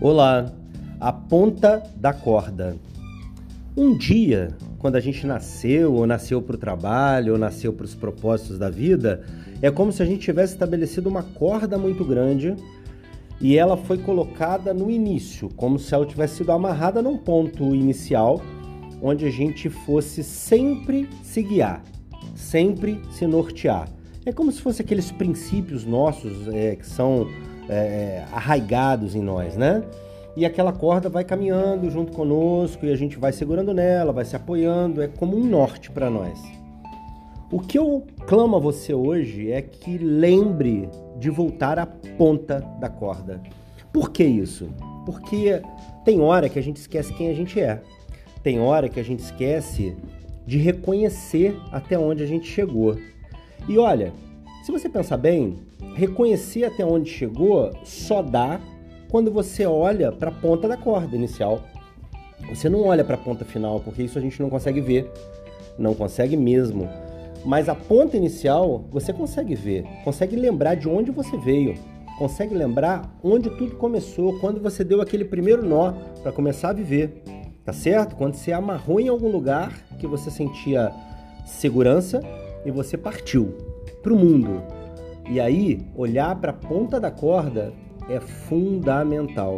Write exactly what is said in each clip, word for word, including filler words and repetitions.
Olá, a ponta da corda. Um dia, quando a gente nasceu, ou nasceu para o trabalho, ou nasceu para os propósitos da vida, é como se a gente tivesse estabelecido uma corda muito grande e ela foi colocada no início, como se ela tivesse sido amarrada num ponto inicial, onde a gente fosse sempre se guiar, sempre se nortear. É como se fosse aqueles princípios nossos é, que são é, arraigados em nós, né? E aquela corda vai caminhando junto conosco e a gente vai segurando nela, vai se apoiando, é como um norte para nós. O que eu clamo a você hoje é que lembre de voltar à ponta da corda. Por que isso? Porque tem hora que a gente esquece quem a gente é. Tem hora que a gente esquece de reconhecer até onde a gente chegou. E olha, se você pensar bem, reconhecer até onde chegou só dá quando você olha para a ponta da corda inicial. Você não olha para a ponta final, porque isso a gente não consegue ver. Não consegue mesmo. Mas a ponta inicial você consegue ver, consegue lembrar de onde você veio, consegue lembrar onde tudo começou, quando você deu aquele primeiro nó para começar a viver, tá certo? Quando você amarrou em algum lugar que você sentia segurança e você partiu para o mundo. E aí, olhar para a ponta da corda é fundamental.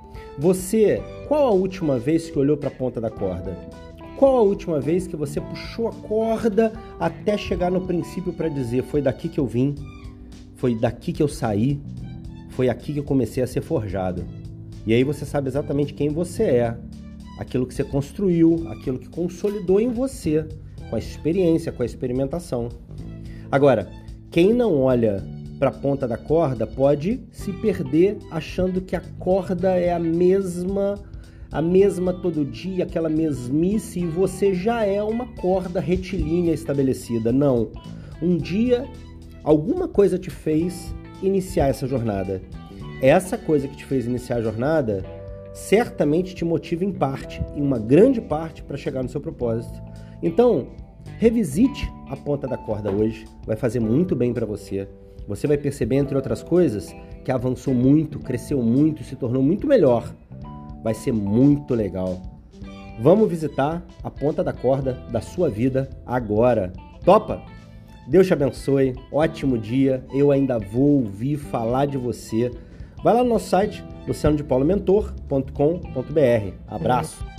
Você, qual a última vez que olhou para a ponta da corda? Qual a última vez que você puxou a corda até chegar no princípio para dizer foi daqui que eu vim, foi daqui que eu saí, foi aqui que eu comecei a ser forjado? E aí você sabe exatamente quem você é, aquilo que você construiu, aquilo que consolidou em você, com a experiência, com a experimentação. Agora, quem não olha para a ponta da corda pode se perder achando que a corda é a mesma a mesma todo dia, aquela mesmice, e você já é uma corda retilínea estabelecida. Não. Um dia, alguma coisa te fez iniciar essa jornada. Essa coisa que te fez iniciar a jornada certamente te motiva em parte, em uma grande parte, para chegar no seu propósito. Então, revisite a ponta da corda hoje, vai fazer muito bem para você. Você vai perceber, entre outras coisas, que avançou muito, cresceu muito, se tornou muito melhor. Vai ser muito legal. Vamos visitar a ponta da corda da sua vida agora. Topa? Deus te abençoe. Ótimo dia. Eu ainda vou ouvir falar de você. Vai lá no nosso site, luciano de paula mentor ponto com ponto b r. Abraço.